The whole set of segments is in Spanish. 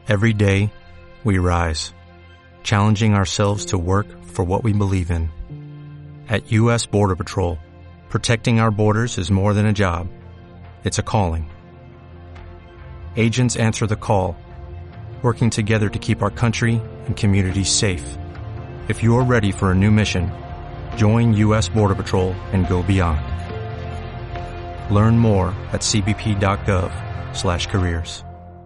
Every day, we rise, challenging ourselves to work for what we believe in. At U.S. Border Patrol, protecting our borders is more than a job. It's a calling. Agents answer the call, working together to keep our country and communities safe. If you're ready for a new mission, join U.S. Border Patrol and go beyond. Learn more at cbp.gov/careers.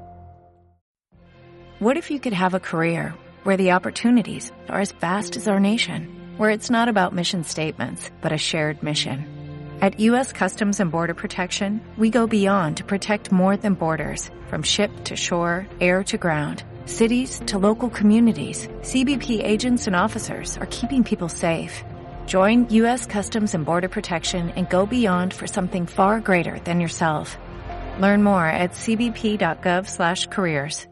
What if you could have a career where the opportunities are as vast as our nation, where it's not about mission statements, but a shared mission? At U.S. Customs and Border Protection, we go beyond to protect more than borders. From ship to shore, air to ground, cities to local communities, CBP agents and officers are keeping people safe. Join U.S. Customs and Border Protection and go beyond for something far greater than yourself. Learn more at cbp.gov/careers.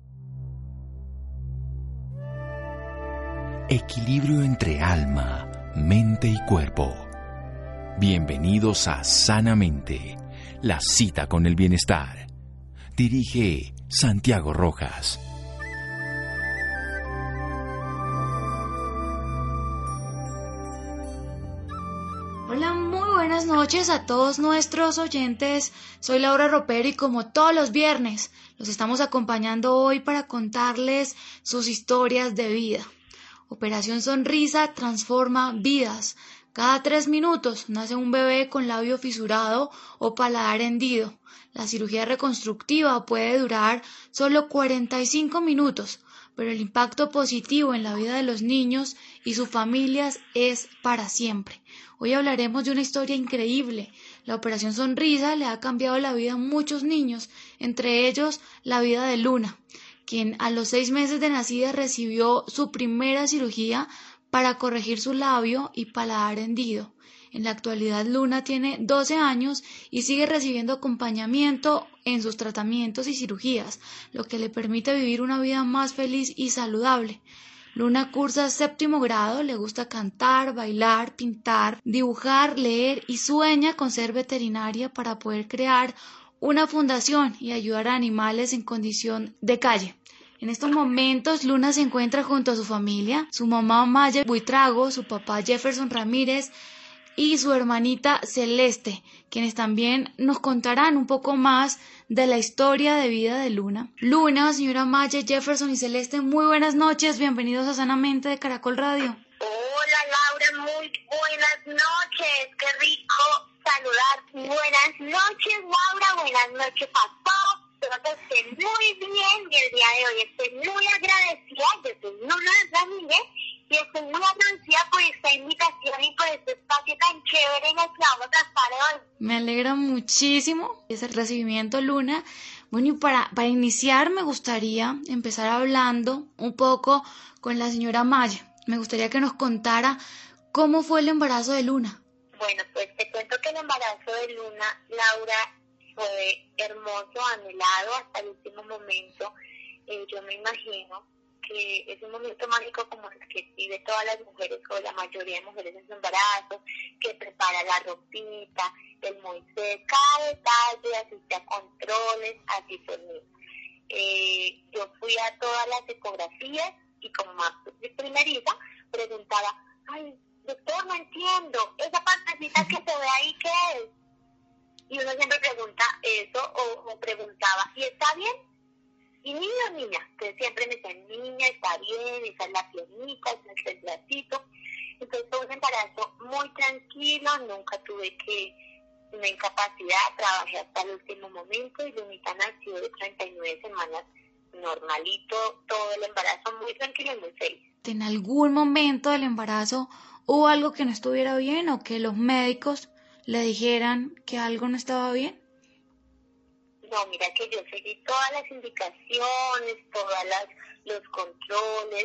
Equilibrio entre alma, mente y cuerpo. Bienvenidos a Sanamente, la cita con el bienestar. Dirige Santiago Rojas. Hola, muy buenas noches a todos nuestros oyentes. Soy Laura Ropero y como todos los viernes, los estamos acompañando hoy para contarles sus historias de vida. Operación Sonrisa transforma vidas. Cada 3 minutos nace un bebé con labio fisurado o paladar hendido. La cirugía reconstructiva puede durar solo 45 minutos, pero el impacto positivo en la vida de los niños y sus familias es para siempre. Hoy hablaremos de una historia increíble. La Operación Sonrisa le ha cambiado la vida a muchos niños, entre ellos la vida de Luna, quien a los 6 meses de nacida recibió su primera cirugía para corregir su labio y paladar hendido. En la actualidad Luna tiene 12 años y sigue recibiendo acompañamiento en sus tratamientos y cirugías, lo que le permite vivir una vida más feliz y saludable. Luna cursa 7º grado, le gusta cantar, bailar, pintar, dibujar, leer y sueña con ser veterinaria para poder crear una fundación y ayudar a animales en condición de calle. En estos momentos, Luna se encuentra junto a su familia, su mamá Maya Buitrago, su papá Jefferson Ramírez y su hermanita Celeste, quienes también nos contarán un poco más de la historia de vida de Luna. Luna, señora Maya, Jefferson y Celeste, muy buenas noches, bienvenidos a Sanamente de Caracol Radio. Hola Laura, muy buenas noches, qué rico saludar. Buenas noches Laura, buenas noches a todos. Espero que estén muy bien y el día de hoy estoy muy agradecida. Yo soy Luna Ramírez y estoy muy agradecida por esta invitación y por este espacio tan chévere en el que vamos a estar hoy. Me alegra muchísimo ese recibimiento, Luna. Bueno, y para iniciar me gustaría empezar hablando un poco con la señora Maya. Me gustaría que nos contara cómo fue el embarazo de Luna. Bueno, pues te cuento que el embarazo de Luna, Laura, fue hermoso, anhelado hasta el último momento. Yo me imagino que es un momento mágico como el que vive todas las mujeres o la mayoría de mujeres en su embarazo, que prepara la ropita, el Moisés, cada detalle, asiste a controles, así fue mío. Yo fui a todas las ecografías y como más primeriza preguntaba, ay, doctor, no entiendo, esa partecita que se ve ahí, ¿qué es? Y uno siempre pregunta eso o preguntaba, ¿y está bien? ¿Y niño o niña? Entonces siempre me decían, niña, está bien, esa es la piernita, ese es el bracito. Entonces fue un embarazo muy tranquilo, nunca tuve una incapacidad, trabajé hasta el último momento y Lunita nació de 39 semanas, normalito, todo el embarazo muy tranquilo y muy feliz. ¿En algún momento del embarazo hubo algo que no estuviera bien o que los médicos le dijeran que algo no estaba bien? No, mira que yo seguí todas las indicaciones, los controles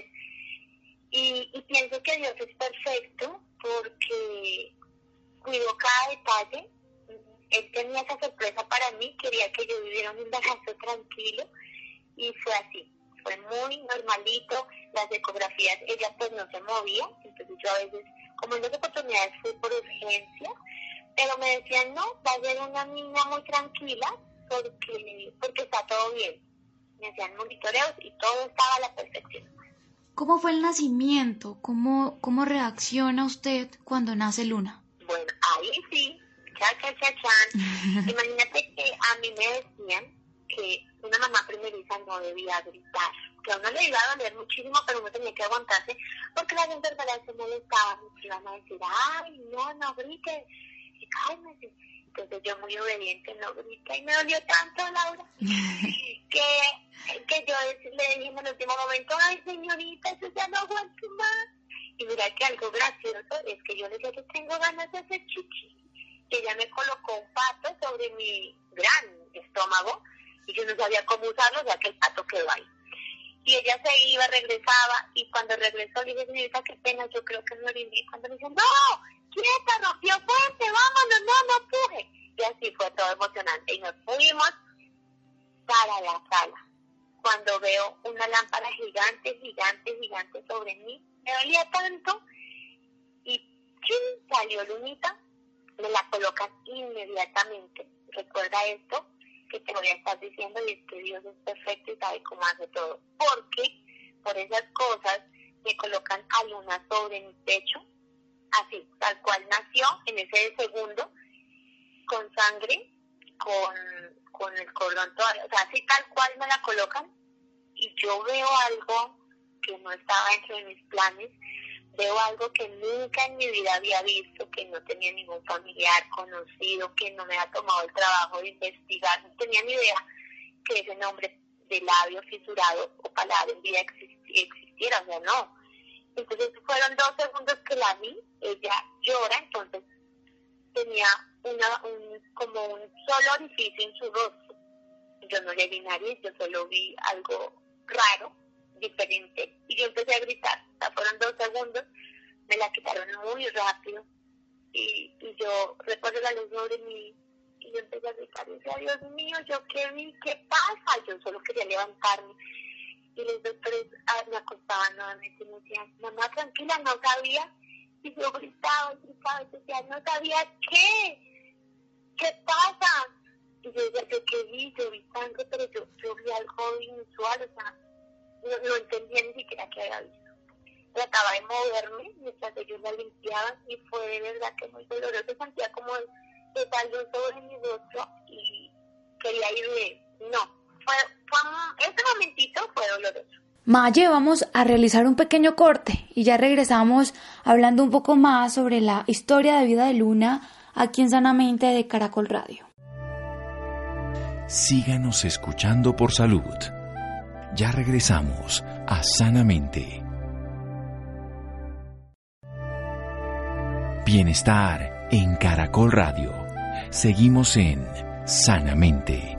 y pienso que Dios es perfecto porque cuidó cada detalle. Él tenía esa sorpresa para mí, quería que yo viviera un embarazo tranquilo y fue así. Fue muy normalito, las ecografías, ella pues no se movía, entonces yo a veces, como en las oportunidades fui por urgencia, pero me decían, no, va a ser una niña muy tranquila porque está todo bien. me hacían monitoreos y todo estaba a la perfección. ¿Cómo fue el nacimiento? ¿Cómo reacciona usted cuando nace Luna? Bueno, ahí sí, chan. Imagínate que a mí me decían que una mamá primeriza no debía gritar, que a uno le iba a doler muchísimo, pero uno tenía que aguantarse, porque las enfermeras se molestaban y iban a decir, ay, no grite, y cálmese. Entonces yo muy obediente, no grité, y me dolió tanto, Laura, que yo le dije en el último momento, ay, señorita, yo ya no aguanto más. Y mira que algo gracioso es que yo le dije que tengo ganas de hacer chichi. Y ella me colocó un pato sobre mi gran estómago y yo no sabía cómo usarlo, ya que el pato quedó ahí. Y ella se iba, regresaba, y cuando regresó le dije, señorita, qué pena, yo creo que me oriné. Cuando me dice, no, quieta, rompió fuerte, vámonos, no empuje. Y así fue todo emocionante. Y nos fuimos para la sala. Cuando veo una lámpara gigante sobre mí, me dolía tanto, y ¡chum!, salió Lunita, me la colocan inmediatamente. Recuerda esto que te voy a estar diciendo, y es que Dios es perfecto y sabe cómo hace todo. Porque por esas cosas me colocan a Luna sobre mi pecho, así, tal cual nació, en ese segundo, con sangre, con el cordón todavía, o sea, así tal cual me la colocan, y yo veo algo que no estaba dentro de mis planes, veo algo que nunca en mi vida había visto, que no tenía ningún familiar conocido, que no me había tomado el trabajo de investigar, no tenía ni idea que ese nombre de labio fisurado o palabra en vida existiera, o sea, no. Entonces fueron 2 segundos que la vi, ella llora, entonces tenía como un solo orificio en su rostro. Yo no le vi nariz, yo solo vi algo raro, diferente, y yo empecé a gritar. O sea, fueron 2 segundos, me la quitaron muy rápido, y yo recuerdo la luz sobre mí, y yo empecé a gritar, y decía, Dios mío, ¿yo qué vi? ¿Qué pasa? Yo solo quería levantarme, y los doctores me acostaban nuevamente y me decían, mamá, tranquila, no sabía. Y yo gritaba, y decía, no sabía ¿qué pasa? Y yo decía, yo vi sangre, pero yo vi algo inusual, o sea, no entendía ni siquiera qué había visto. Trataba de moverme mientras ellos la limpiaban, y fue de verdad que muy doloroso. Sentía como esa luz sobre mi rostro y quería irme. No, ese momentito fue doloroso. Maye, vamos a realizar un pequeño corte y ya regresamos hablando un poco más sobre la historia de vida de Luna aquí en Sanamente de Caracol Radio. Síganos escuchando por salud. Ya regresamos a Sanamente. Bienestar en Caracol Radio. Seguimos en Sanamente.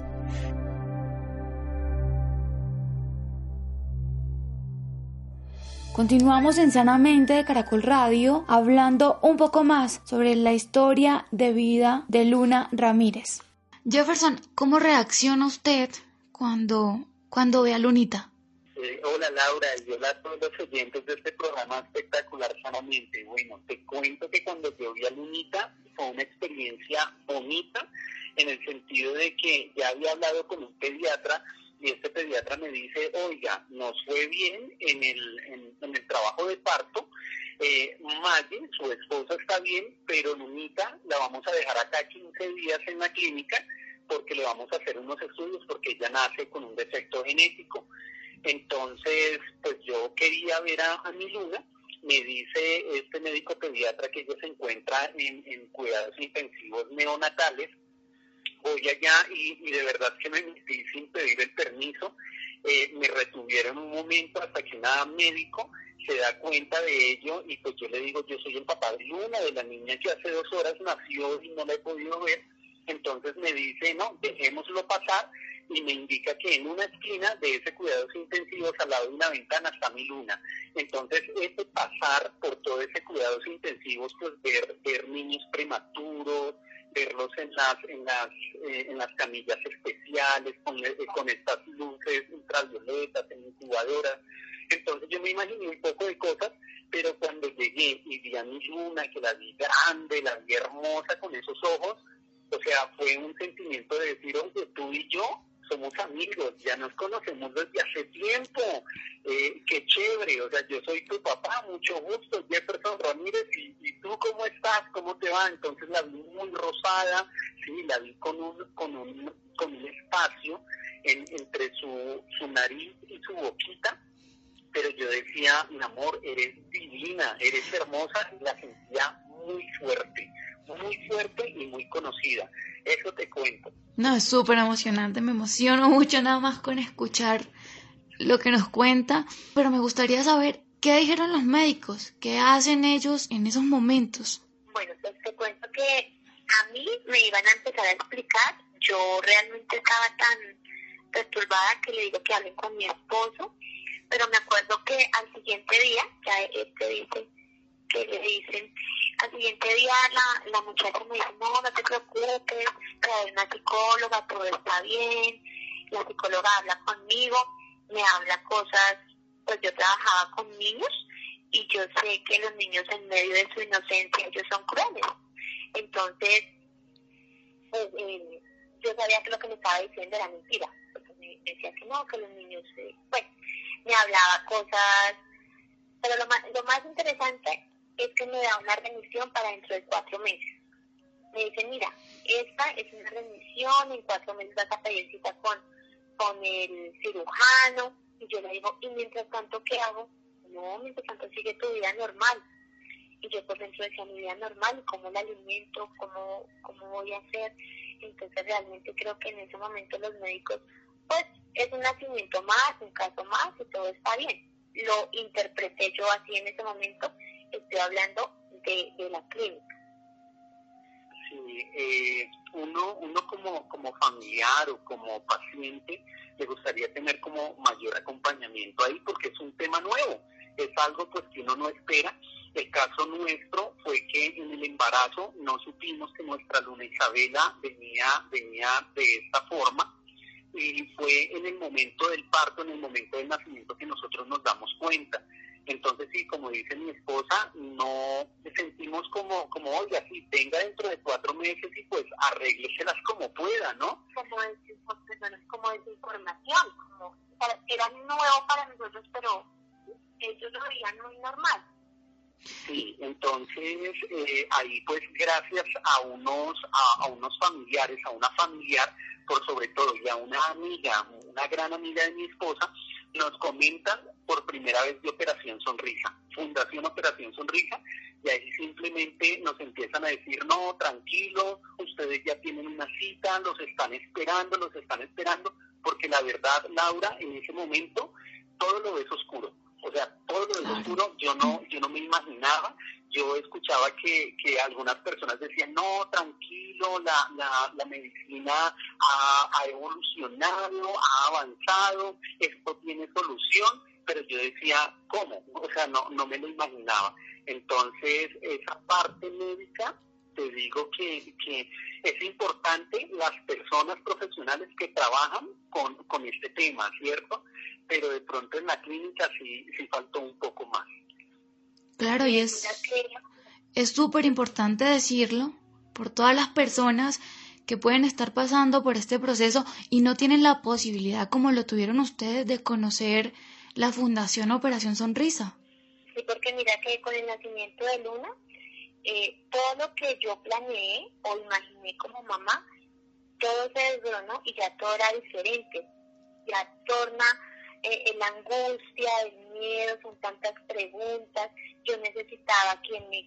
Continuamos en Sanamente de Caracol Radio hablando un poco más sobre la historia de vida de Luna Ramírez. Jefferson, ¿cómo reacciona usted cuando ve a Lunita? Hola Laura, y hola a todos los oyentes de este programa espectacular Sanamente. Bueno, te cuento que cuando yo vi a Lunita fue una experiencia bonita, en el sentido de que ya había hablado con un pediatra, y este pediatra me dice, oiga, nos fue bien en el trabajo de parto, Maye, su esposa, está bien, pero Lunita la vamos a dejar acá 15 días en la clínica porque le vamos a hacer unos estudios, porque ella nace con un defecto genético. Entonces, pues yo quería ver a mi Luna. Me dice este médico pediatra que ella se encuentra en cuidados intensivos neonatales. Voy allá y de verdad que me metí sin pedir el permiso. Me retuvieron un momento hasta que una médico se da cuenta de ello, y pues yo le digo, yo soy el papá de Luna, de la niña que hace 2 horas nació y no la he podido ver. Entonces me dice, no, dejémoslo pasar, y me indica que en una esquina de ese cuidados intensivos, al lado de una ventana, está mi Luna. Entonces, pasar por todo ese cuidados intensivos, pues ver niños prematuros, verlos en las camillas especiales, con estas luces ultravioletas, en incubadoras. Entonces yo me imaginé un poco de cosas, pero cuando llegué y vi a mi Luna, que la vi grande, la vi hermosa con esos ojos, o sea, fue un sentimiento de decir, oye, tú y yo somos amigos, ya nos conocemos desde hace tiempo, qué chévere, o sea, yo soy tu papá, mucho gusto, Jefferson Ramírez, y tú cómo estás, cómo te va. Entonces la vi muy rosada, sí, la vi con un espacio entre su nariz y su boquita, pero yo decía, mi amor, eres divina, eres hermosa, y la sentía muy fuerte y muy conocida. Eso te cuento. No, es súper emocionante, me emociono mucho nada más con escuchar lo que nos cuenta, pero me gustaría saber qué dijeron los médicos, qué hacen ellos en esos momentos. Bueno, pues te cuento que a mí me iban a empezar a explicar, yo realmente estaba tan perturbada que le digo que hablen con mi esposo, pero me acuerdo que al siguiente día, ya te dice que le dicen, al siguiente día la muchacha me dice, no te preocupes, trae una psicóloga, todo está bien, la psicóloga habla conmigo, me habla cosas, pues yo trabajaba con niños y yo sé que los niños en medio de su inocencia ellos son crueles, entonces pues, yo sabía que lo que me estaba diciendo era mentira, porque me decía que no, que los niños, bueno, me hablaba cosas, pero lo más interesante es que me da una remisión para dentro de 4 meses. Me dice, mira, esta es una remisión, en 4 meses vas a pedir cita con el cirujano, y yo le digo, ¿y mientras tanto qué hago? No, mientras tanto sigue tu vida normal. Y yo por dentro decía, mi vida normal, ¿y cómo la alimento? ¿Cómo voy a hacer? Entonces realmente creo que en ese momento los médicos, pues es un nacimiento más, un caso más, y todo está bien. Lo interpreté yo así en ese momento, estoy hablando de la clínica. Sí, uno como familiar o como paciente le gustaría tener como mayor acompañamiento ahí porque es un tema nuevo, es algo pues que uno no espera. El caso nuestro fue que en el embarazo no supimos que nuestra Luna Isabela venía de esta forma, y fue en el momento del parto, en el momento del nacimiento que nosotros nos damos cuenta. Entonces sí, como dice mi esposa, no sentimos como oiga, sí, venga dentro de 4 meses y pues arrégleselas como pueda, ¿no? Como desinformación, era nuevo para nosotros, pero ellos lo veían muy normal. Sí, entonces ahí pues gracias a unos familiares, a una familiar por sobre todo y a una amiga, una gran amiga de mi esposa, nos comentan por primera vez de Operación Sonrisa, Fundación Operación Sonrisa, y ahí simplemente nos empiezan a decir, no, tranquilo, ustedes ya tienen una cita, los están esperando, porque la verdad, Laura, en ese momento todo lo ves oscuro. O sea, todo lo de oscuro yo no me imaginaba. Yo escuchaba que algunas personas decían, no, tranquilo, la medicina ha evolucionado, ha avanzado, esto tiene solución, pero yo decía, ¿cómo? O sea, no me lo imaginaba. Entonces, esa parte médica, te digo que es importante las personas profesionales que trabajan con este tema, ¿cierto? Pero de pronto en la clínica sí faltó un poco más. Claro, y es súper importante decirlo por todas las personas que pueden estar pasando por este proceso y no tienen la posibilidad, como lo tuvieron ustedes, de conocer la Fundación Operación Sonrisa. Sí, porque mira que con el nacimiento de Luna, todo lo que yo planeé o imaginé como mamá, todo se desgronó y ya todo era diferente. Ya torna la angustia, el miedo, son tantas preguntas. Yo necesitaba quien me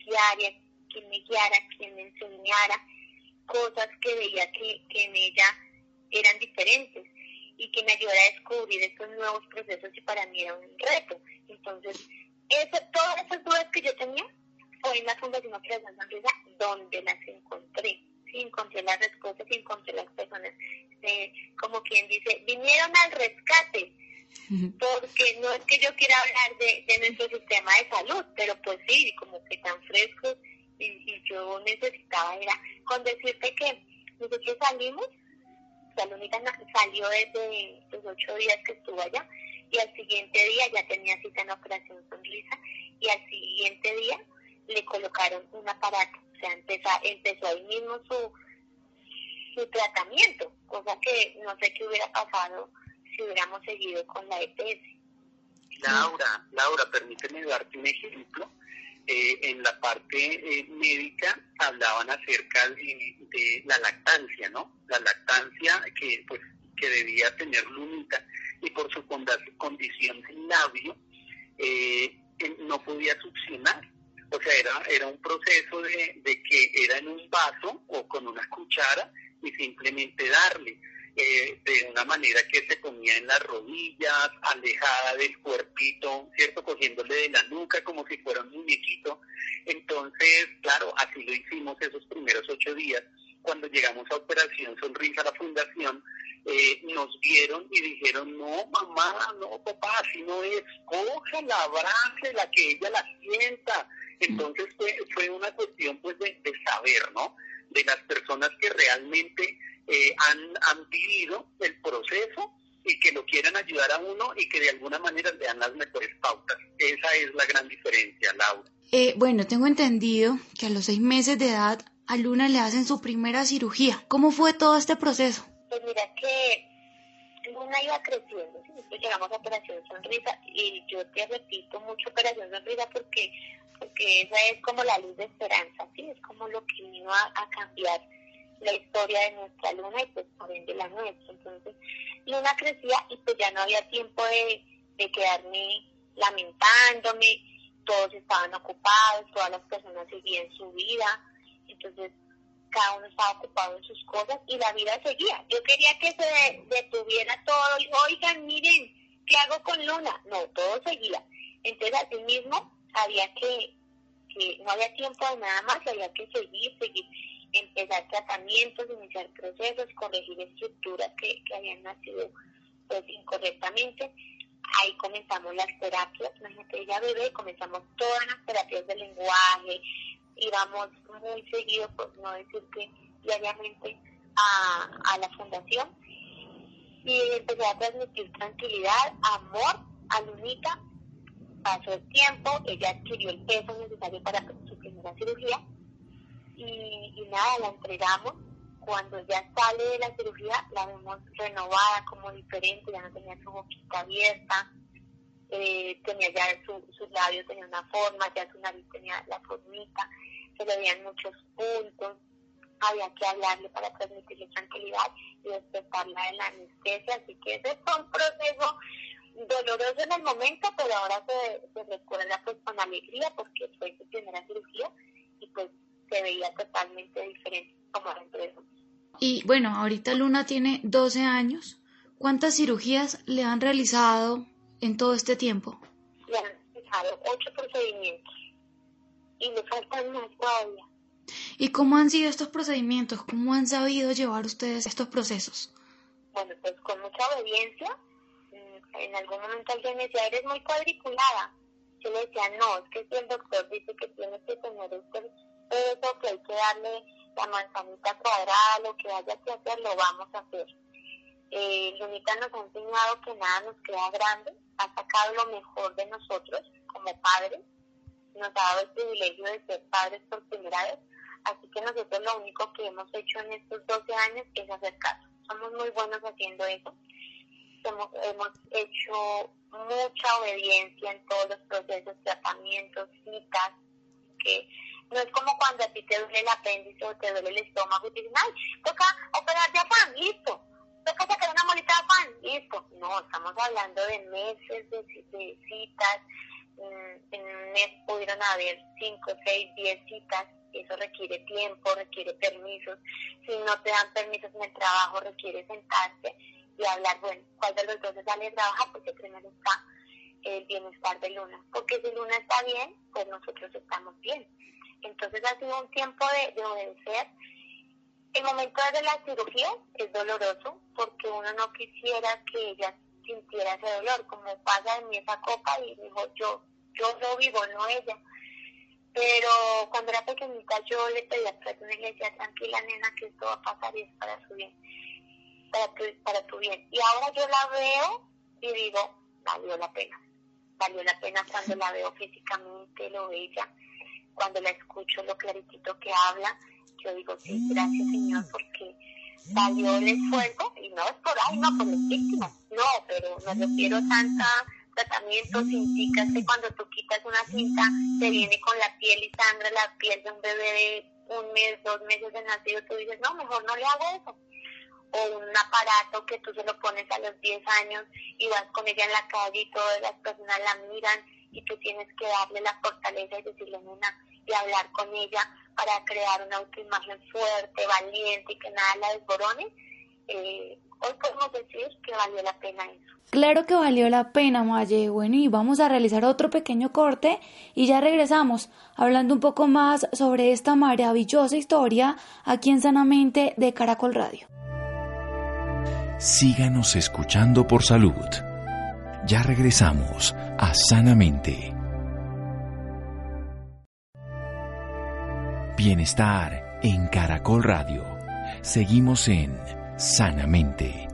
guiara, quien me enseñara cosas que veía que en ella eran diferentes y que me ayudara a descubrir estos nuevos procesos, y para mí era un reto. Entonces, todas esas dudas que yo tenía fue en la Fundación Operación Sonrisa donde las encontré. Sí, encontré las respuestas y encontré las personas, como quien dice, vinieron al rescate, porque no es que yo quiera hablar de nuestro sistema de salud, pero pues sí, como que tan frescos, y yo necesitaba, era con decirte que nosotros salimos, Salónica salió desde los 8 días que estuvo allá, y al siguiente día ya tenía cita en Operación Sonrisa, y al siguiente día le colocaron un aparato, o sea, empezó ahí mismo su tratamiento. cosa que no sé qué hubiera pasado si hubiéramos seguido con la EPS. Laura, permíteme darte un ejemplo. En la parte médica hablaban acerca de la lactancia, ¿no? La lactancia que debía tener Lunita, y por su condición del labio no podía succionar. O sea, era un proceso de que era en un vaso o con una cuchara y simplemente darle. De una manera que se ponía en las rodillas, alejada del cuerpito, ¿cierto? Cogiéndole de la nuca como si fuera un muñequito. Entonces, claro, así lo hicimos esos primeros 8 días. Cuando llegamos a Operación Sonrisa, la fundación, nos vieron y dijeron, no, mamá, no, papá, así no es, cójala, abrácela, que ella la sienta. Entonces fue una cuestión pues de saber, ¿no? De las personas que realmente han vivido el proceso y que lo quieran ayudar a uno y que de alguna manera le dan las mejores pautas. Esa es la gran diferencia, Laura. Bueno, tengo entendido que a los 6 meses de edad a Luna le hacen su primera cirugía. ¿Cómo fue todo este proceso? Pues mira que Luna iba creciendo, ¿sí? Después llegamos a Operación Sonrisa y yo te repito mucho Operación Sonrisa porque esa es como la luz de esperanza, ¿sí? Es como lo que vino a cambiar la historia de nuestra Luna y pues por ende la nuestra. Entonces Luna crecía y pues ya no había tiempo de quedarme lamentándome, todos estaban ocupados, todas las personas seguían su vida, entonces cada uno estaba ocupado en sus cosas y la vida seguía. Yo quería que se detuviera todo, y oigan, miren, ¿qué hago con Luna? No, todo seguía. Entonces así mismo había que no había tiempo de nada más, había que seguir, empezar tratamientos, iniciar procesos, corregir estructuras que habían nacido pues incorrectamente. Ahí comenzamos las terapias, imagínate, ella bebé, comenzamos todas las terapias de lenguaje, íbamos muy seguido, por no decir que diariamente, a la fundación, y empecé a transmitir tranquilidad, amor a Lunita. Pasó el tiempo, ella adquirió el peso necesario para su primera cirugía y nada, la entregamos. Cuando ya sale de la cirugía la vemos renovada, como diferente, ya no tenía su boquita abierta, tenía ya su labio tenía una forma, ya su nariz tenía la formita, se le veían muchos puntos, había que hablarle para transmitirle tranquilidad y despertarla de la anestesia, así que ese fue un proceso doloroso en el momento, pero ahora se recuerda pues con alegría porque fue su primera cirugía y pues se veía totalmente diferente como la empresa. Y bueno, ahorita Luna tiene 12 años. ¿Cuántas cirugías le han realizado en todo este tiempo? Le han realizado 8 procedimientos y le faltan más todavía. ¿Y cómo han sido estos procedimientos? ¿Cómo han sabido llevar ustedes estos procesos? Bueno, pues con mucha obediencia. En algún momento alguien me decía, eres muy cuadriculada. Yo le decía, no, es que si el doctor dice que tiene que tener este peso, que hay que darle la manzanita cuadrada, lo que haya que hacer, lo vamos a hacer. Lunita nos ha enseñado que nada nos queda grande, ha sacado lo mejor de nosotros como padres, nos ha dado el privilegio de ser padres por primera vez, así que nosotros lo único que hemos hecho en estos 12 años es hacer caso. Somos muy buenos haciendo eso. Hemos hecho mucha obediencia en todos los procesos, tratamientos, citas, que no es como cuando a ti te duele el apéndice o te duele el estómago y te dicen, ay, toca operar de afán, listo, toca sacar una molita de afán, listo. No, estamos hablando de meses de citas, en un mes pudieron haber 5, 6, 10 citas, eso requiere tiempo, requiere permisos, si no te dan permisos en el trabajo requiere sentarse y hablar, bueno, cuál de los dos se sale de trabajar, porque primero está el bienestar de Luna, porque si Luna está bien, pues nosotros estamos bien. Entonces ha sido un tiempo de obedecer. El momento de la cirugía es doloroso, porque uno no quisiera que ella sintiera ese dolor, como pasa en mí esa copa y dijo, yo lo vivo, no ella. Pero cuando era pequeñita yo le pedía perdón y le decía, tranquila nena, que esto va a pasar y es para su bien. Para tu bien. Y ahora yo la veo y digo, valió la pena cuando la veo físicamente, lo bella, cuando la escucho, lo claritito que habla, yo digo, sí, gracias Señor, porque valió el esfuerzo, y no es por ahí, no por las víctimas, no, pero me refiero tanta tratamientos, cintas, que cuando tú quitas una cinta te viene con la piel y sangre, la piel de un bebé de 1 mes, 2 meses de nacido, tú dices, no, mejor no le hago eso. O un aparato que tú se lo pones a los 10 años y vas con ella en la calle y todas las personas la miran y tú tienes que darle la fortaleza y decirle, nena, y hablar con ella para crear una autoimagen fuerte, valiente y que nada la desborone. Hoy podemos decir que valió la pena eso. Claro que valió la pena, Maye. Bueno, y vamos a realizar otro pequeño corte y ya regresamos hablando un poco más sobre esta maravillosa historia aquí en Sanamente de Caracol Radio. Síganos escuchando por salud. Ya regresamos a Sanamente. Bienestar en Caracol Radio. Seguimos en Sanamente.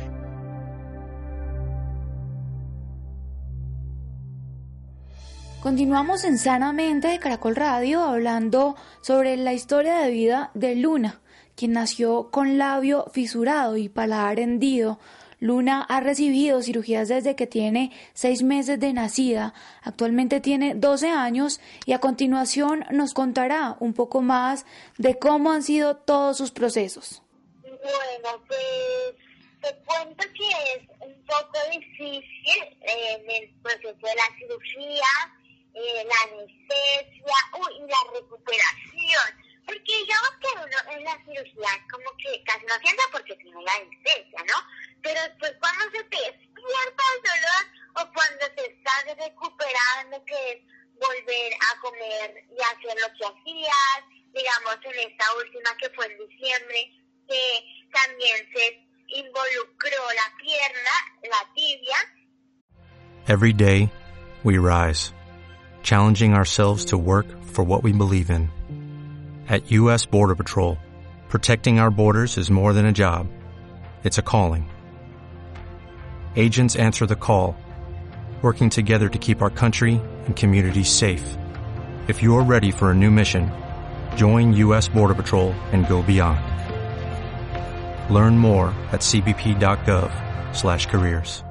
Continuamos en Sanamente de Caracol Radio hablando sobre la historia de vida de Luna, quien nació con labio fisurado y paladar hendido. Luna ha recibido cirugías desde que tiene 6 meses de nacida, actualmente tiene 12 años y a continuación nos contará un poco más de cómo han sido todos sus procesos. Bueno, pues te cuento que es un poco difícil en el proceso de la cirugía, la anestesia y la recuperación. Porque digamos que uno en la cirugía como que casi no siente porque tiene la anestesia, ¿no? Pero después cuando se te despierta el dolor o cuando te estás recuperando, que es volver a comer y hacer lo que hacías, digamos en esta última que fue en diciembre, que también se involucró la pierna, la tibia. Every day, we rise, challenging ourselves to work for what we believe in. At U.S. Border Patrol, protecting our borders is more than a job. It's a calling. Agents answer the call, working together to keep our country and communities safe. If you're ready for a new mission, join U.S. Border Patrol and go beyond. Learn more at cbp.gov/careers.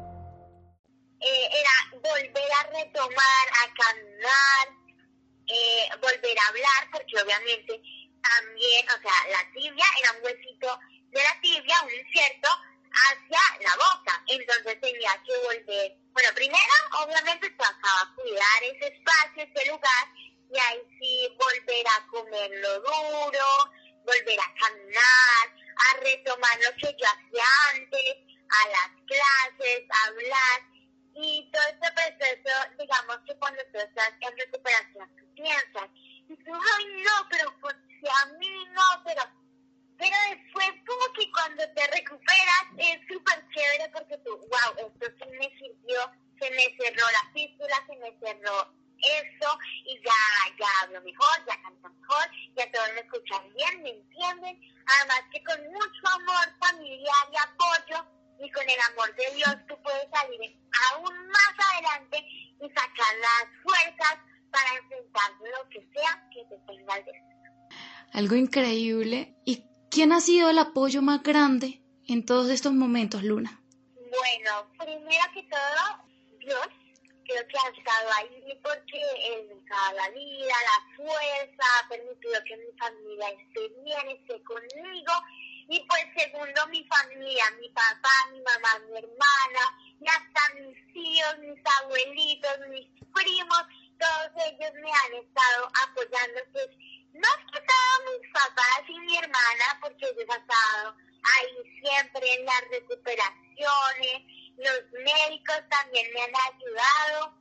Era volver a retomar, a caminar, volver a hablar, porque obviamente también, o sea, la tibia era un huesito de la tibia, un injerto hacia la boca, entonces tenía que volver, bueno, primero obviamente trataba de cuidar ese espacio, ese lugar, y ahí sí volver a comer lo duro, volver a caminar, a retomar lo que yo hacía antes, a las clases, a hablar, y todo este proceso, digamos que cuando tú estás en recuperación, tú piensas, y tú, ay no, pero si a mí no, pero después como que cuando te recuperas es súper chévere porque tú, wow, esto sí me sirvió, se me cerró la fístula, se me cerró eso, y ya hablo mejor, ya canto mejor, ya todos me escuchan bien, me entienden, además que con mucho amor familiar y apoyo, y con el amor de Dios tú puedes salir aún más adelante y sacar las fuerzas para enfrentar lo que sea que te tenga al destino. Algo increíble. ¿Y quién ha sido el apoyo más grande en todos estos momentos, Luna? Bueno, primero que todo, Dios, creo que ha estado ahí porque Él me ha dado la vida, la fuerza, ha permitido que mi familia esté bien, esté conmigo. Y pues segundo, mi familia, mi papá, mi mamá, mi hermana, y hasta mis tíos, mis abuelitos, mis primos, todos ellos me han estado apoyando. Pues no es que todos mis papás y mi hermana, porque ellos han estado ahí siempre en las recuperaciones, los médicos también me han ayudado,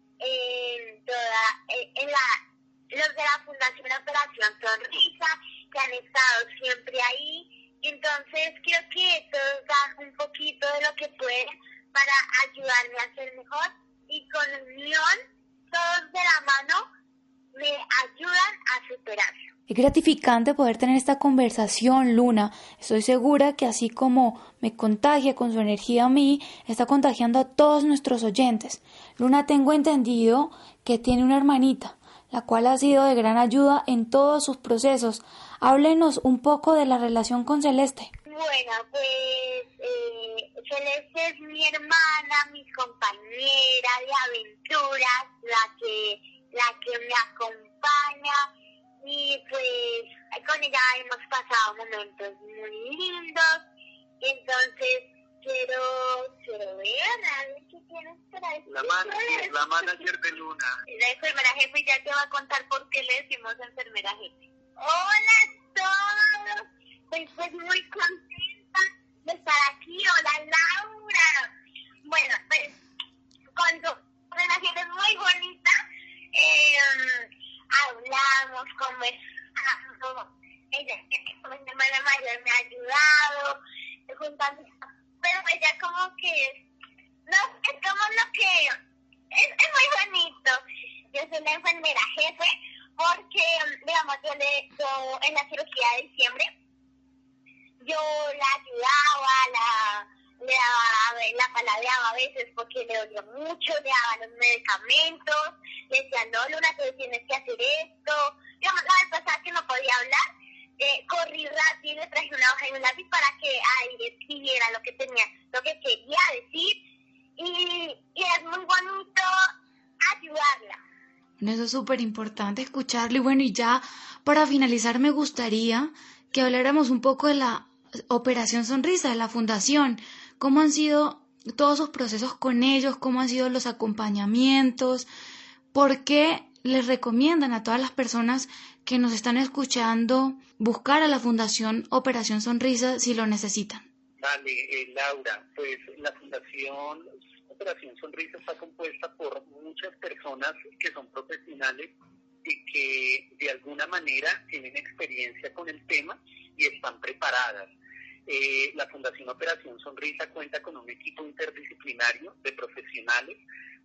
los de la Fundación Operación Sonrisa, que han estado siempre ahí. Entonces creo que todos dan un poquito de lo que pueden para ayudarme a ser mejor, y con unión, todos de la mano, me ayudan a superarlo. Es gratificante poder tener esta conversación, Luna. Estoy segura que así como me contagia con su energía a mí, está contagiando a todos nuestros oyentes. Luna, tengo entendido que tiene una hermanita. la cual ha sido de gran ayuda en todos sus procesos. Háblenos un poco de la relación con Celeste. Bueno, pues Celeste es mi hermana, mi compañera de aventuras, la que me acompaña, y pues con ella hemos pasado momentos muy lindos. Entonces quiero ver a ver qué tienes para decir. La manager de Luna. La enfermera jefe ya te va a contar por qué le decimos enfermera jefe. Hola a todos, pues muy contenta de estar aquí. Hola Laura. Bueno, pues cuando la gente es muy bonita, hablamos, conversamos. Ella, como mi hermana mayor, me ha ayudado juntando, pero ella como que no, es como lo que es muy bonito. Yo soy la enfermera jefe porque, digamos, yo en la cirugía de diciembre, yo la ayudaba, le daba, la palabreaba a veces porque le dolía mucho, le daba los medicamentos, le decía, no, Luna, tú tienes que hacer esto. Digamos, la vez pasada que no podía hablar, corrí rápido y le traje una hoja y un lápiz para que ahí escribiera lo que quería decir, y es muy bonito ayudarla. Eso es súper importante escucharlo. Y bueno, y ya para finalizar me gustaría que habláramos un poco de la Operación Sonrisa, de la Fundación. ¿Cómo han sido todos sus procesos con ellos? ¿Cómo han sido los acompañamientos? ¿Por qué les recomiendan a todas las personas que nos están escuchando buscar a la Fundación Operación Sonrisa si lo necesitan? Vale, Laura, pues la Fundación Operación Sonrisa está compuesta por muchas personas que son profesionales y que de alguna manera tienen experiencia con el tema y están preparadas. La Fundación Operación Sonrisa cuenta con un equipo interdisciplinario de profesionales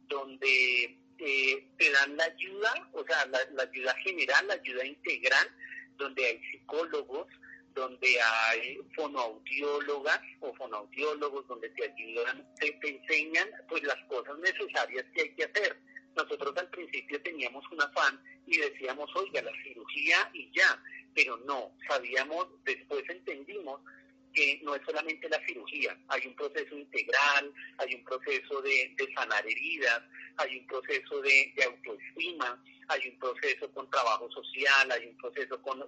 donde te dan la ayuda, o sea, la ayuda general, la ayuda integral, donde hay psicólogos, donde hay fonoaudiólogas o fonoaudiólogos, donde te ayudan, te enseñan pues las cosas necesarias que hay que hacer. Nosotros al principio teníamos un afán y decíamos, oiga, la cirugía y ya, pero no, después entendimos que no es solamente la cirugía, hay un proceso integral, hay un proceso de sanar heridas, hay un proceso de autoestima, hay un proceso con trabajo social, hay un proceso con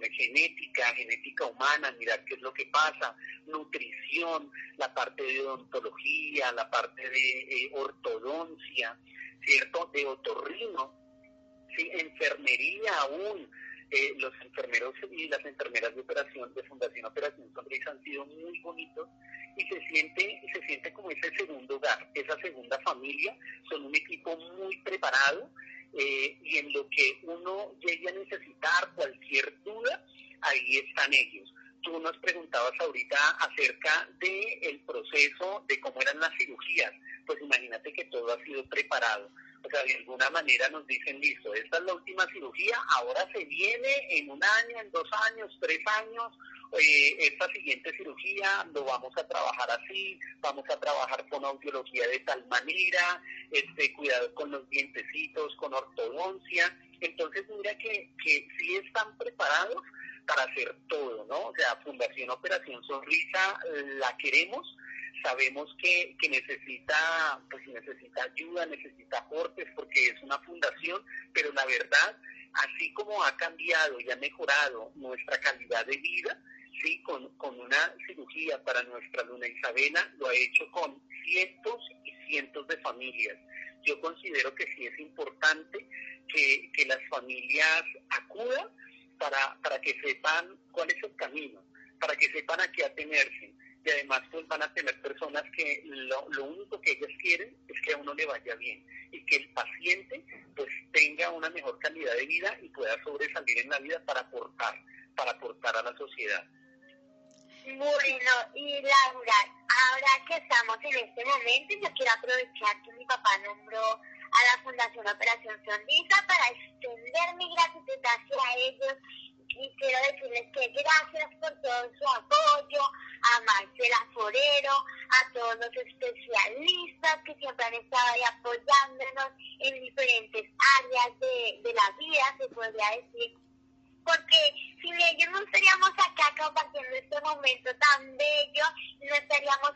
genética humana, mirar qué es lo que pasa, nutrición, la parte de odontología, la parte de ortodoncia, ¿cierto? De otorrino, ¿sí? Enfermería aún. Los enfermeros y las enfermeras de Fundación Operación Sonrisa han sido muy bonitos y se siente como ese segundo hogar, esa segunda familia. Son un equipo muy preparado y en lo que uno llegue a necesitar cualquier duda, ahí están ellos. Tú nos preguntabas ahorita acerca del proceso de cómo eran las cirugías. Pues imagínate que todo ha sido preparado. O sea, de alguna manera nos dicen, listo, esta es la última cirugía, ahora se viene en 1 año, en 2 años, 3 años, esta siguiente cirugía lo vamos a trabajar así, vamos a trabajar con audiología de tal manera, cuidado con los dientecitos, con ortodoncia. Entonces mira que sí están preparados para hacer todo, ¿no? O sea, Fundación Operación Sonrisa la queremos. Sabemos que necesita ayuda, necesita aportes porque es una fundación, pero la verdad, así como ha cambiado y ha mejorado nuestra calidad de vida, sí, con una cirugía para nuestra Luna Isabela, lo ha hecho con cientos y cientos de familias. Yo considero que sí es importante que las familias acudan para que sepan cuál es el camino, para que sepan a qué atenerse. Y además pues van a tener personas que lo único que ellas quieren es que a uno le vaya bien y que el paciente pues tenga una mejor calidad de vida y pueda sobresalir en la vida para aportar a la sociedad. Bueno, y Laura, ahora que estamos en este momento, yo quiero aprovechar que mi papá nombró a la Fundación Operación Sonrisa para extender mi gratitud hacia ellos y quiero decirles que gracias por todo su apoyo, a Marcela Forero, a todos los especialistas que siempre han estado ahí apoyándonos en diferentes áreas de la vida, se podría decir, porque sin ellos no estaríamos acá compartiendo este momento tan bello, no estaríamos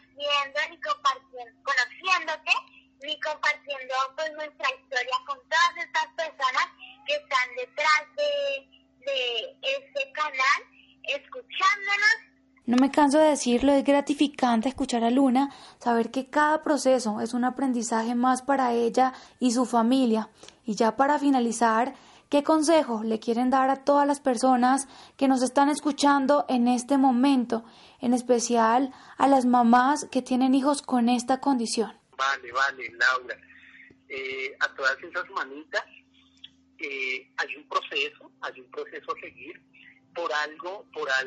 conociéndote, ni compartiendo pues nuestra historia con todas estas personas que están detrás de este canal, escuchándonos. No me canso de decirlo, es gratificante escuchar a Luna, saber que cada proceso es un aprendizaje más para ella y su familia. Y ya para finalizar, ¿qué consejo le quieren dar a todas las personas que nos están escuchando en este momento, en especial a las mamás que tienen hijos con esta condición? Vale, Laura. A todas esas mamitas, hay un proceso a seguir. Por algo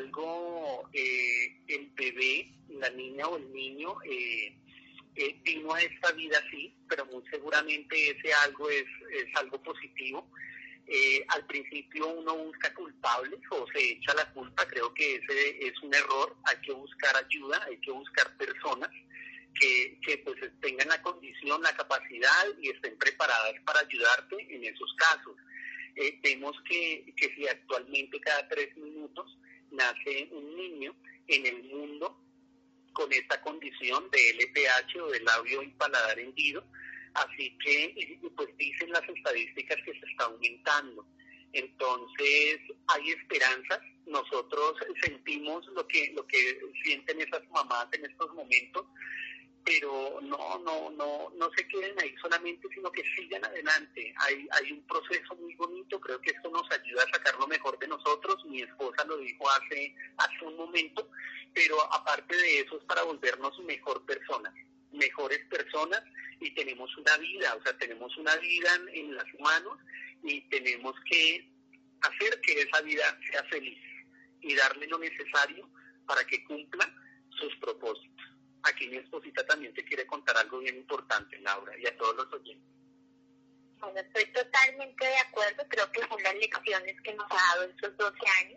el bebé, la niña o el niño vino a esta vida así, pero muy seguramente ese algo es algo positivo. Al principio uno busca culpables o se echa la culpa, creo que ese es un error. Hay que buscar ayuda, hay que buscar personas que pues tengan la condición, la capacidad y estén preparadas para ayudarte en esos casos. Vemos que si actualmente cada 3 minutos nace un niño en el mundo con esta condición de LPH o de labio y paladar hendido, así que pues dicen las estadísticas que se está aumentando. Entonces hay esperanzas. Nosotros sentimos lo que sienten esas mamás en estos momentos, pero no se queden ahí solamente, sino que sigan adelante. Hay un proceso muy bonito, creo que esto nos ayuda a sacar lo mejor de nosotros. Mi esposa lo dijo hace un momento, pero aparte de eso es para volvernos mejores personas, y tenemos una vida, tenemos una vida en las manos y tenemos que hacer que esa vida sea feliz y darle lo necesario para que cumpla sus propósitos. Aquí mi esposita también te quiere contar algo bien importante, Laura, y a todos los oyentes. Bueno, estoy totalmente de acuerdo, creo que son las lecciones que nos ha dado estos 12 años,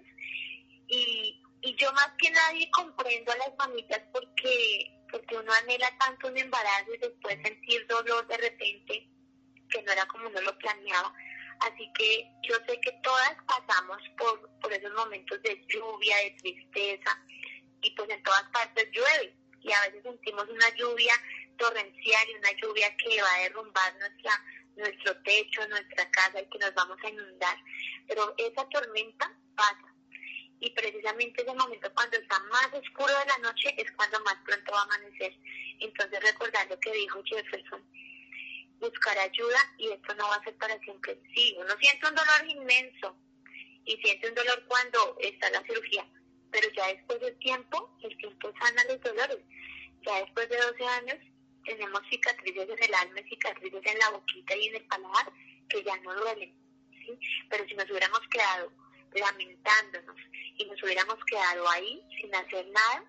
y yo más que nadie comprendo a las mamitas porque uno anhela tanto un embarazo y después sentir dolor de repente, que no era como uno lo planeaba. Así que yo sé que todas pasamos por esos momentos de lluvia, de tristeza, y pues en todas partes llueve, y a veces sentimos una lluvia torrencial y una lluvia que va a derrumbar nuestro techo, nuestra casa, y que nos vamos a inundar. Pero esa tormenta pasa, y precisamente ese momento cuando está más oscuro de la noche es cuando más pronto va a amanecer. Entonces recordar lo que dijo Jefferson, buscar ayuda, y esto no va a ser para siempre. Sí, uno siente un dolor inmenso y siente un dolor cuando está la cirugía, pero ya después del tiempo, el tiempo sana los dolores. Ya después de 12 años tenemos cicatrices en el alma, cicatrices en la boquita y en el paladar que ya no duelen, ¿sí? Pero si nos hubiéramos quedado lamentándonos y nos hubiéramos quedado ahí sin hacer nada,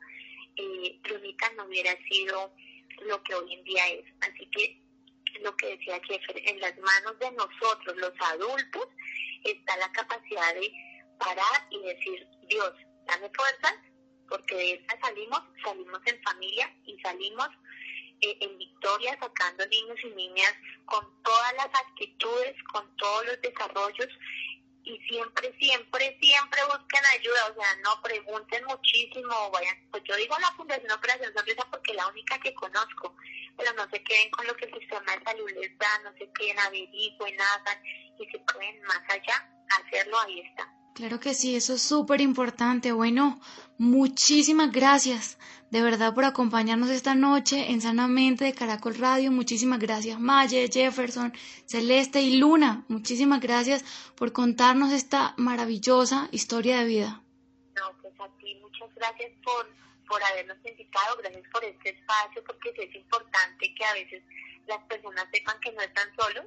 Lunita no hubiera sido lo que hoy en día es. Así que lo que decía Jeffer, en las manos de nosotros, los adultos, está la capacidad de parar y decir: Dios, dame fuerzas, porque de esta salimos en familia y salimos en victoria, sacando niños y niñas con todas las actitudes, con todos los desarrollos, y siempre busquen ayuda. No pregunten muchísimo, vayan. Pues yo digo la Fundación Operación Sonrisa porque es la única que conozco, pero no se queden con lo que el sistema de salud les da, no se queden, averigüen, hagan, y si pueden más allá hacerlo, ahí está. Claro que sí, eso es súper importante. Bueno, muchísimas gracias de verdad por acompañarnos esta noche en Sanamente de Caracol Radio. Muchísimas gracias, Maye, Jefferson, Celeste y Luna. Muchísimas gracias por contarnos esta maravillosa historia de vida. No, pues a ti muchas gracias por habernos invitado, gracias por este espacio, porque sí es importante que a veces las personas sepan que no están solos,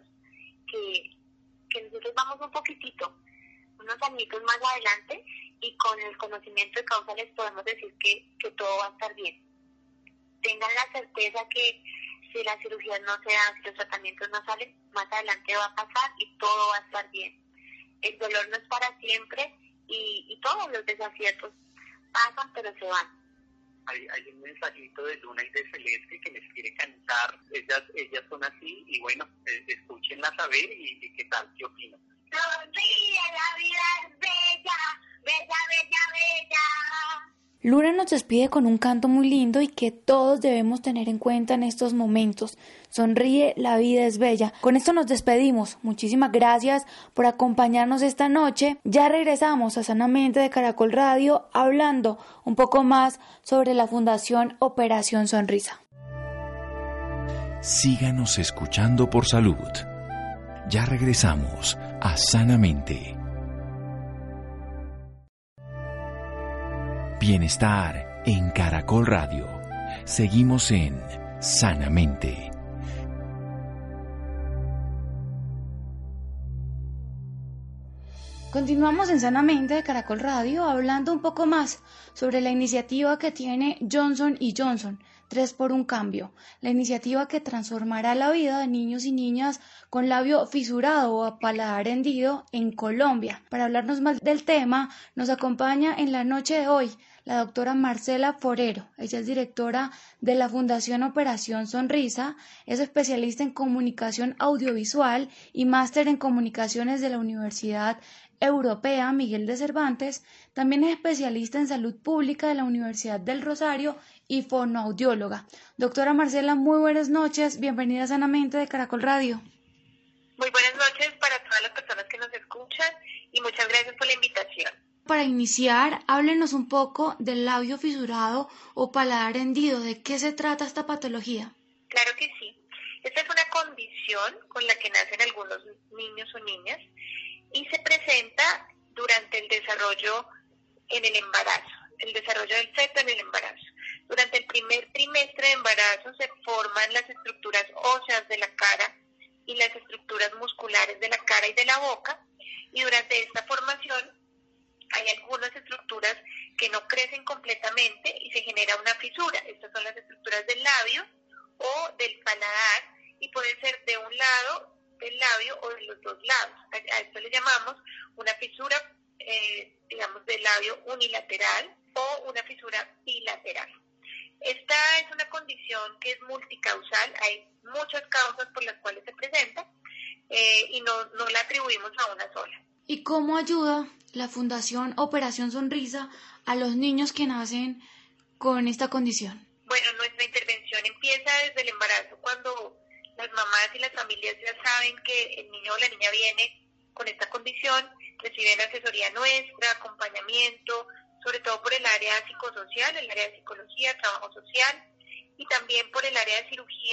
que nosotros vamos un poquitito, unos añitos más adelante, y con el conocimiento de causa les podemos decir que todo va a estar bien. Tengan la certeza que si las cirugías no se dan, si los tratamientos no salen, más adelante va a pasar y todo va a estar bien. El dolor no es para siempre, y todos los desaciertos pasan, pero se van. Hay un mensajito de Luna y de Celeste que les quiere cantar. Ellas son así y bueno, escúchenlas a ver y qué tal, qué opinan. Sonríe, la vida es bella, bella, bella, bella. Luna nos despide con un canto muy lindo y que todos debemos tener en cuenta en estos momentos. Sonríe, la vida es bella. Con esto nos despedimos. Muchísimas gracias por acompañarnos esta noche. Ya regresamos a Sanamente de Caracol Radio hablando un poco más sobre la Fundación Operación Sonrisa. Síganos escuchando por salud. Ya regresamos a Sanamente. Bienestar en Caracol Radio. Seguimos en Sanamente. Continuamos en Sanamente de Caracol Radio hablando un poco más sobre la iniciativa que tiene Johnson & Johnson, 3 por un cambio, la iniciativa que transformará la vida de niños y niñas con labio fisurado o a paladar hendido en Colombia. Para hablarnos más del tema, nos acompaña en la noche de hoy la doctora Marcela Forero. Ella es directora de la Fundación Operación Sonrisa, es especialista en comunicación audiovisual y máster en comunicaciones de la Universidad Europea Miguel de Cervantes. También es especialista en salud pública de la Universidad del Rosario y fonoaudióloga. Doctora Marcela, muy buenas noches, bienvenida a Sanamente de Caracol Radio. Muy buenas noches para todas las personas que nos escuchan y muchas gracias por la invitación. Para iniciar, háblenos un poco del labio fisurado o paladar hendido. ¿De qué se trata esta patología? Claro que sí. Esta es una condición con la que nacen algunos niños o niñas y se presenta durante el desarrollo en el embarazo, el desarrollo del feto en el embarazo. Durante el primer trimestre de embarazo se forman las estructuras óseas de la cara y las estructuras musculares de la cara y de la boca, y durante esta formación hay algunas estructuras que no crecen completamente y se genera una fisura. Estas son las estructuras del labio o del paladar y puede ser de un lado del labio o de los dos lados. A esto le llamamos una fisura, del labio unilateral o una fisura bilateral. Esta es una condición que es multicausal, hay muchas causas por las cuales se presenta y no la atribuimos a una sola. ¿Y cómo ayuda la Fundación Operación Sonrisa a los niños que nacen con esta condición? Bueno, nuestra intervención empieza desde el embarazo, cuando las mamás y las familias ya saben que el niño o la niña viene con esta condición, reciben asesoría nuestra, acompañamiento, sobre todo por el área psicosocial, el área de psicología, trabajo social, y también por el área de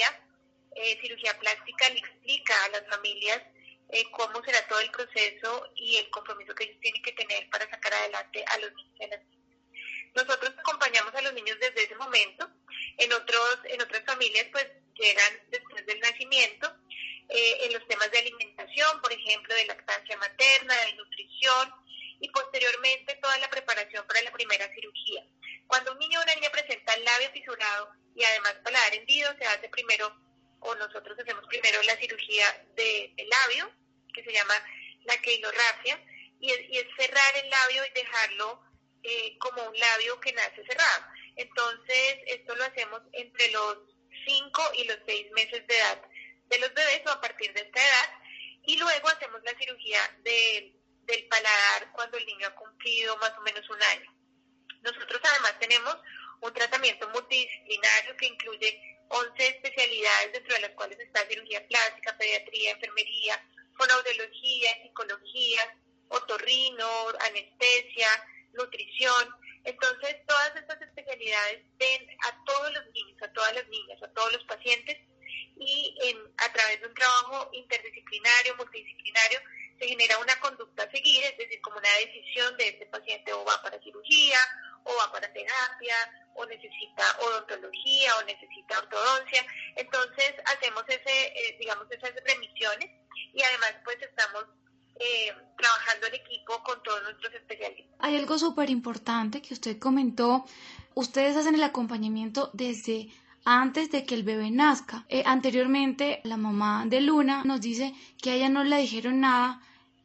cirugía plástica. Le explica a las familias cómo será todo el proceso y el compromiso que ellos tienen que tener para sacar adelante a los niños y a las niñas. Nosotros acompañamos a los niños desde ese momento. En otras familias pues llegan después del nacimiento en los temas de alimentación, por ejemplo, de lactancia materna, de nutrición, y posteriormente toda la preparación para la primera cirugía. Cuando un niño o una niña presenta el labio fisurado y además paladar hendido, se hace primero, o nosotros hacemos primero la cirugía del labio, que se llama la queilorrafia, y es cerrar el labio y dejarlo como un labio que nace cerrado. Entonces, esto lo hacemos entre los 5 y los 6 meses de edad de los bebés o a partir de esta edad, y luego hacemos la cirugía del paladar cuando el niño ha cumplido más o menos un año. Nosotros además tenemos un tratamiento multidisciplinario que incluye 11 especialidades, dentro de las cuales está cirugía plástica, pediatría, enfermería, fonoaudiología, psicología, otorrino, anestesia, nutrición. Entonces, todas estas especialidades ven a todos los niños, a todas las niñas, a todos los pacientes, y a través de un trabajo interdisciplinario, multidisciplinario, se genera una conducta a seguir, es decir, como una decisión de este paciente o va para cirugía, o va para terapia, o necesita odontología, o necesita ortodoncia. Entonces, hacemos esas remisiones, y además pues estamos trabajando en equipo con todos nuestros especialistas. Hay algo súper importante que usted comentó. Ustedes hacen el acompañamiento desde antes de que el bebé nazca. Anteriormente, la mamá de Luna nos dice que a ella no le dijeron nada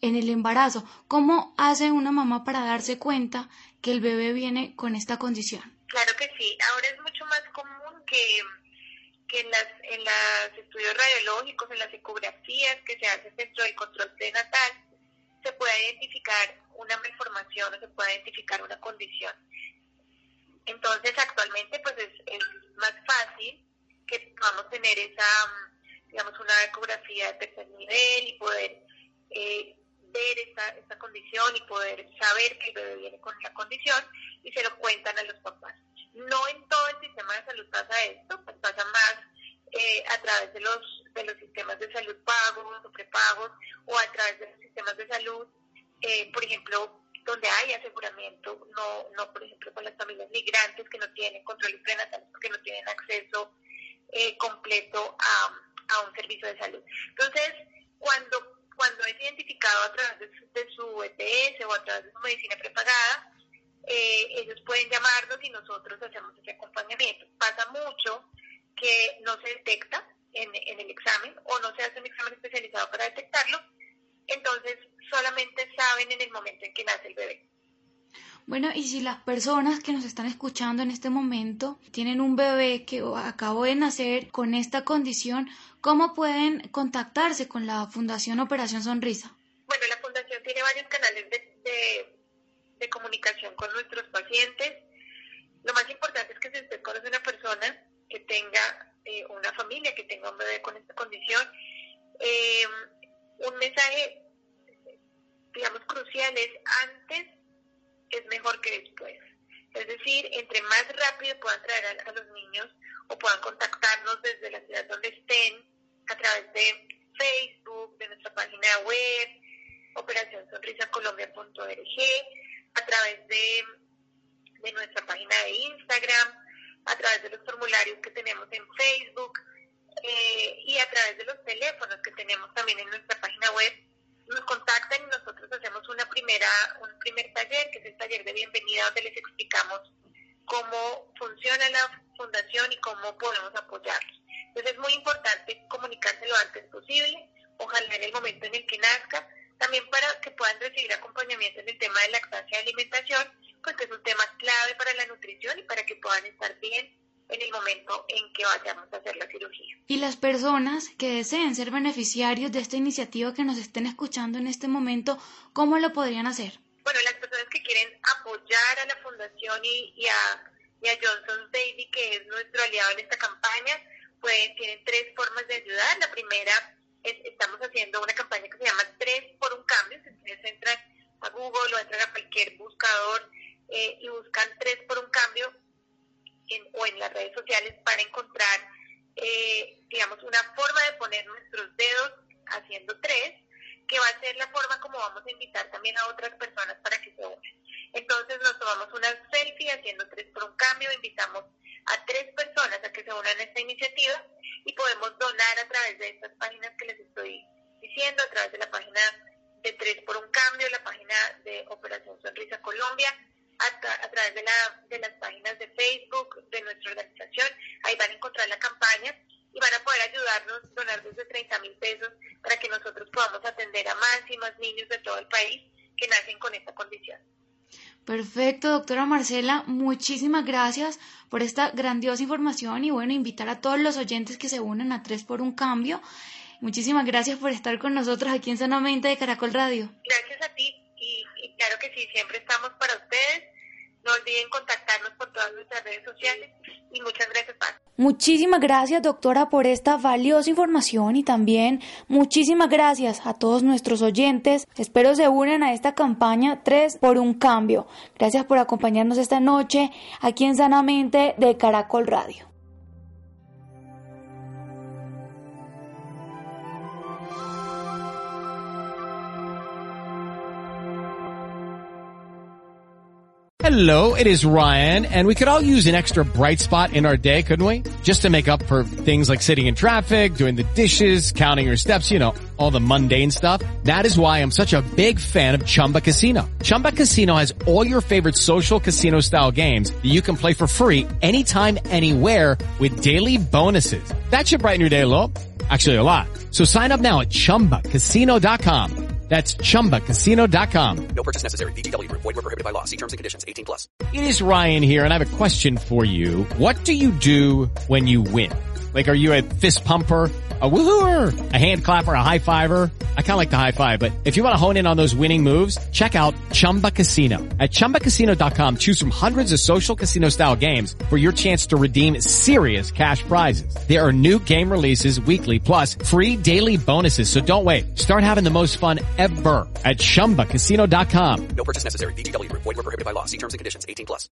en el embarazo. ¿Cómo hace una mamá para darse cuenta que el bebé viene con esta condición? Claro que sí. Ahora es mucho más común que en los estudios radiológicos, en las ecografías que se hacen dentro del control prenatal, se pueda identificar una malformación o se pueda identificar una condición. Entonces, actualmente, pues es más fácil que podamos tener una ecografía de tercer nivel y poder ver esta condición y poder saber que el bebé viene con la condición y se lo cuentan a los papás. No en todo el sistema de salud pasa esto, pues pasa más a través de los sistemas de salud pagos o prepagos, o a través de los sistemas de salud, por ejemplo, donde hay aseguramiento, no por ejemplo con las familias migrantes que no tienen controles prenatales porque no tienen acceso completo a un servicio de salud. Entonces, cuando es identificado a través de su EPS o a través de su medicina prepagada, ellos pueden llamarnos y nosotros hacemos ese acompañamiento. Pasa mucho que no se detecta en el examen o no se hace un examen especializado para detectarlo, entonces solamente saben en el momento en que nace el bebé. Bueno, y si las personas que nos están escuchando en este momento tienen un bebé que acabó de nacer con esta condición, ¿cómo pueden contactarse con la Fundación Operación Sonrisa? Bueno, la Fundación tiene varios canales de comunicación con nuestros pacientes. Lo más importante es que si usted conoce una persona que tenga una familia, que tenga un bebé con esta condición, un mensaje, digamos, crucial es: antes es mejor que después. Es decir, entre más rápido puedan traer a los niños o puedan contactarnos desde la ciudad donde estén, a través de Facebook, de nuestra página web, operacionsonrisacolombia.org, a través de nuestra página de Instagram, a través de los formularios que tenemos en Facebook y a través de los teléfonos que tenemos también en nuestra página web. Nos contactan y nosotros hacemos un primer taller, que es el taller de bienvenida, donde les explicamos cómo funciona la fundación y cómo podemos apoyarlos. Entonces es muy importante comunicarse lo antes posible, ojalá en el momento en el que nazca, también para que puedan recibir acompañamiento en el tema de lactancia y alimentación, pues que es un tema clave para la nutrición y para que puedan estar bien en el momento en que vayamos a hacer la cirugía. Y las personas que deseen ser beneficiarios de esta iniciativa, que nos estén escuchando en este momento, ¿cómo lo podrían hacer? Bueno, las personas que quieren apoyar a la fundación y a Johnson's Baby, que es nuestro aliado en esta campaña, pues tienen 3 formas de ayudar. La primera es, estamos haciendo una campaña que se llama 3 por un cambio. Si ustedes entran a Google o entran a cualquier buscador y buscan 3 por un cambio, o en las redes sociales, para encontrar, digamos, una forma de poner nuestros dedos haciendo 3, que va a ser la forma como vamos a invitar también a otras personas para que se unan. Entonces nos tomamos una selfie haciendo 3 por un cambio, invitamos a 3 personas a que se unan a esta iniciativa y podemos donar a través de estas páginas que les estoy diciendo, a través de la página de 3 por un cambio, la página de Operación Sonrisa Colombia, a través de las páginas de Facebook de nuestra organización. Ahí van a encontrar la campaña y van a poder ayudarnos, donar desde 30,000 pesos para que nosotros podamos atender a más y más niños de todo el país que nacen con esta condición. Perfecto, doctora Marcela, muchísimas gracias por esta grandiosa información y bueno, invitar a todos los oyentes que se unan a 3 por un cambio. Muchísimas gracias por estar con nosotros aquí en Sanamente de Caracol Radio. Gracias a ti y claro que sí, siempre estamos para ustedes. No olviden contactarnos por todas nuestras redes sociales y muchas gracias, Paz. Muchísimas gracias, doctora, por esta valiosa información y también muchísimas gracias a todos nuestros oyentes. Espero se unan a esta campaña 3 por un cambio. Gracias por acompañarnos esta noche aquí en Sanamente de Caracol Radio. Hello, it is Ryan, and we could all use an extra bright spot in our day, couldn't we? Just to make up for things like sitting in traffic, doing the dishes, counting your steps, you know, all the mundane stuff. That is why I'm such a big fan of Chumba Casino. Chumba Casino has all your favorite social casino-style games that you can play for free anytime, anywhere with daily bonuses. That should brighten your day a little. Actually, a lot. So sign up now at ChumbaCasino.com. That's ChumbaCasino.com. No purchase necessary. VGW Group. Void where prohibited by law. See terms and conditions. 18+. It is Ryan here, and I have a question for you. What do you do when you win? Like, are you a fist pumper, a woohooer, a hand clapper, a high fiver? I kind of like the high five, but if you want to hone in on those winning moves, check out Chumba Casino. At ChumbaCasino.com, choose from hundreds of social casino-style games for your chance to redeem serious cash prizes. There are new game releases weekly, plus free daily bonuses. So don't wait. Start having the most fun ever at ChumbaCasino.com. No purchase necessary. VGW Group. Void where prohibited by law. See terms and conditions. 18+.